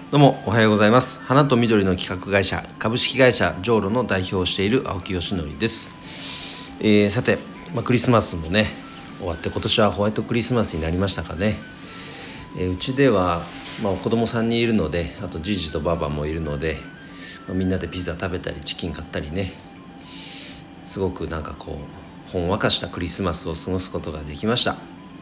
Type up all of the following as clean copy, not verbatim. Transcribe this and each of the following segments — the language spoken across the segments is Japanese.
どうもおはようございます。花と緑の企画会社株式会社ジョーロの代表をしている青木よしのりです。さて、クリスマスもね終わって、今年はホワイトクリスマスになりましたかね。うちでは、子供3人いるので、あとじいじとばばもいるので、みんなでピザ食べたりチキン買ったりね、すごくほんわかしたクリスマスを過ごすことができました。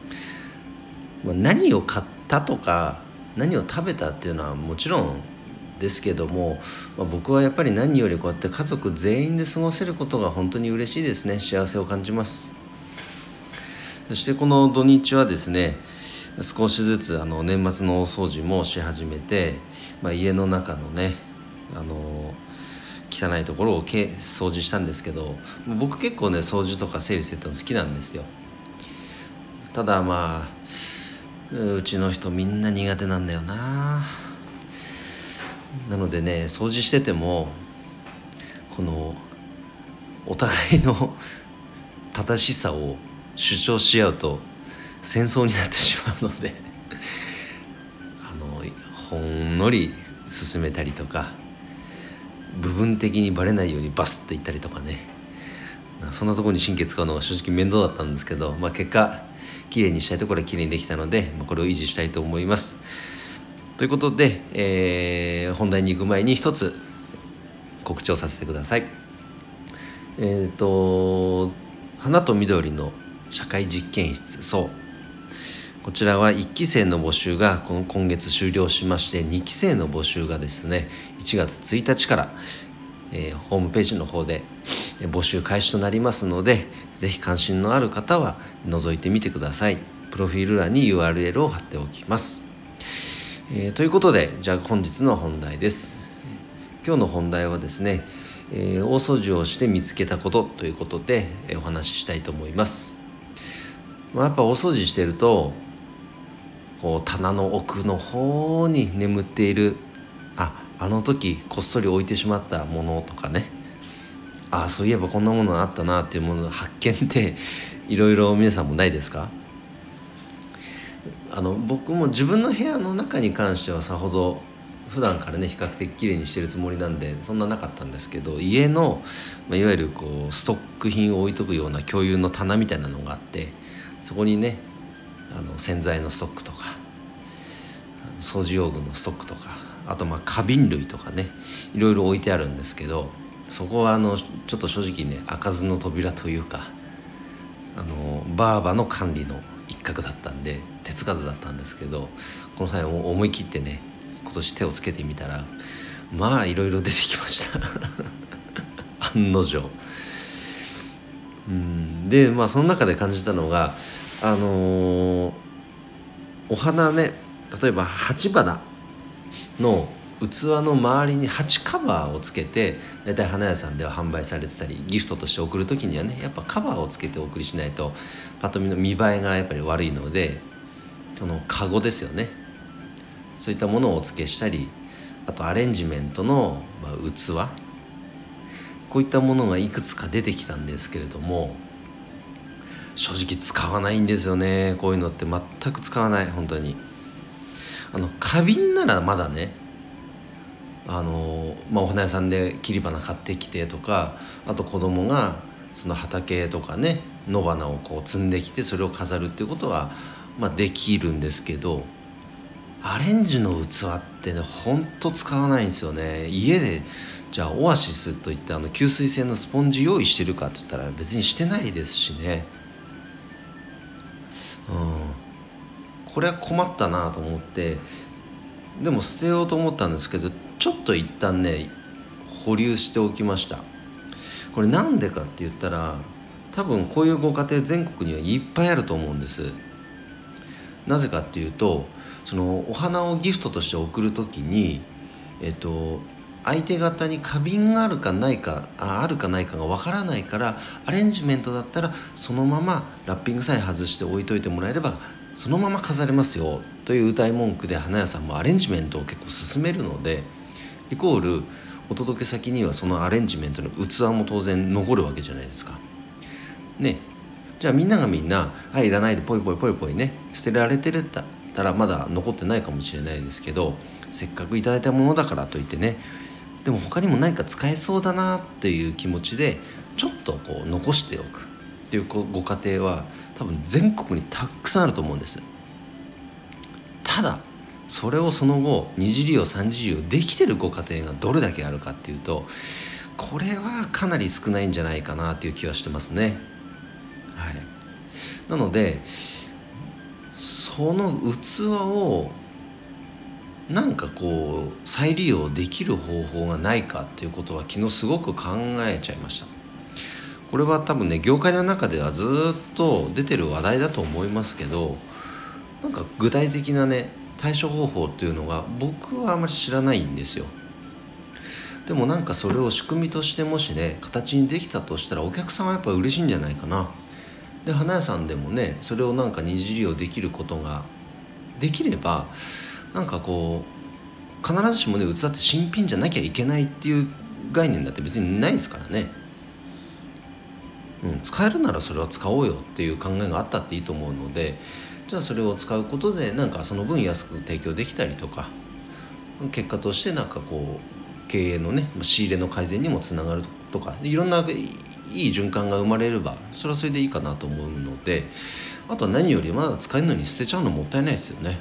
何を買ったとか何を食べたっていうのはもちろんですけども、僕はやっぱり何よりこうやって家族全員で過ごせることが本当に嬉しいですね。幸せを感じます。そしてこの土日はですね、少しずつ年末の大掃除もし始めて、家の中のね汚いところを掃除したんですけど、僕結構ね掃除とか整理整頓好きなんですよ。ただうちの人みんな苦手なんだよな。なのでね、掃除しててもこのお互いの正しさを主張し合うと戦争になってしまうのでほんのり進めたりとか、部分的にバレないようにバスっていったりとかね、そんなところに神経使うのが正直面倒だったんですけど、結果きれいにしたいところはきれいにできたので、これを維持したいと思います。ということで、本題に行く前に一つ告知をさせてください。花と緑の社会実験室、こちらは1期生の募集が今月終了しまして、2期生の募集がですね1月1日から、ホームページの方で募集開始となりますので、ぜひ関心のある方は覗いてみてください。プロフィール欄に URL を貼っておきます。ということで、じゃあ本日の本題です。今日の本題はですね、大掃除をして見つけたことということで、お話ししたいと思います。やっぱ大掃除してると棚の奥の方に眠っているあの時こっそり置いてしまったものとかね、そういえばこんなものあったなっていうものの発見っていろいろ皆さんもないですか？僕も自分の部屋の中に関してはさほど普段からね比較的きれいにしてるつもりなんでそんななかったんですけど、家の、いわゆるストック品を置いとくような共有の棚みたいなのがあって、そこにね洗剤のストックとか掃除用具のストックとか、あと花瓶類とかねいろいろ置いてあるんですけど、そこはちょっと正直ね開かずの扉というかバーバの管理の一角だったんで手つかずだったんですけど、この際思い切ってね今年手をつけてみたらいろいろ出てきました案の定。でその中で感じたのがお花ね、例えば鉢花の器の周りに鉢カバーをつけて、だいたい花屋さんでは販売されてたり、ギフトとして送るときにはねやっぱカバーをつけてお送りしないとパッと見の見栄えがやっぱり悪いので、カゴですよね、そういったものをお付けしたり、あとアレンジメントの、器、こういったものがいくつか出てきたんですけれども、正直使わないんですよね。こういうのって全く使わない。本当に花瓶ならまだねお花屋さんで切り花買ってきてとか、あと子供がその畑とかね野花を摘んできてそれを飾るっていうことはできるんですけど、アレンジの器ってねほんと使わないんですよね。家でじゃあオアシスといって吸水性のスポンジ用意してるかって言ったら別にしてないですしね。これは困ったなと思って、でも捨てようと思ったんですけど、ちょっと一旦ね保留しておきました。これなんでかって言ったら、多分こういうご家庭全国にはいっぱいあると思うんです。なぜかっていうと、そのお花をギフトとして送るときに相手方に花瓶があるかないかがわからないから、アレンジメントだったらそのままラッピングさえ外して置いといてもらえればそのまま飾れますよという謳い文句で花屋さんもアレンジメントを結構進めるので、イコールお届け先にはそのアレンジメントの器も当然残るわけじゃないですかね。じゃあみんながみんないらないでポイポイね捨てられてるったらまだ残ってないかもしれないですけど、 せっかくいただいたものだからといってね、でも他にも何か使えそうだなっていう気持ちでちょっとこう残しておくっていうご家庭は多分全国にたくさんあると思うんです。ただそれをその後二次利用三次利用できてるご家庭がどれだけあるかっていうと、これはかなり少ないんじゃないかなっていう気はしてますね。はい、なのでその器をなんかこう再利用できる方法がないかっていうことは昨日すごく考えちゃいました。これは多分ね業界の中ではずっと出てる話題だと思いますけど、なんか具体的なね対処方法っていうのが僕はあまり知らないんですよ。でもなんかそれを仕組みとしてもしね形にできたとしたらお客さんはやっぱ嬉しいんじゃないかな。で花屋さんでもねそれをなんか二次利用できることができれば、なんかこう必ずしもね器って新品じゃなきゃいけないっていう概念だって別にないですからね。使えるならそれは使おうよっていう考えがあったっていいと思うので、じゃあそれを使うことでなんかその分安く提供できたりとか、結果としてなんかこう経営のね仕入れの改善にもつながるとか、いろんないい循環が生まれればそれはそれでいいかなと思うので、あとは何よりまだ使えるのに捨てちゃうのもったいないですよね。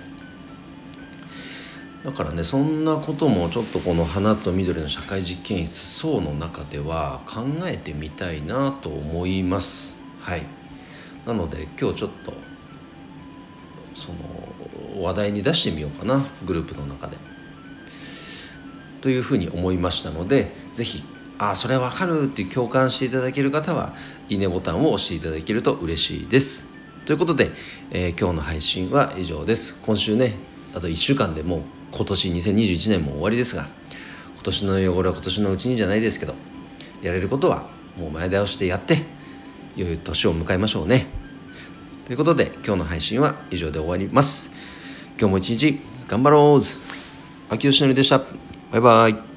だからねそんなこともちょっとこの花と緑の社会実験室層の中では考えてみたいなと思います。はい、なので今日ちょっとその話題に出してみようかな、グループの中でというふうに思いましたので、ぜひそれわかるって共感していただける方はいいねボタンを押していただけると嬉しいです。ということで、今日の配信は以上です。今週ねあと1週間でもう今年2021年も終わりですが、今年の汚れは今年のうちにじゃないですけど、やれることはもう前倒してやって良い年を迎えましょうね。ということで今日の配信は以上で終わります。今日も一日頑張ろう。秋吉典でした。バイバイ。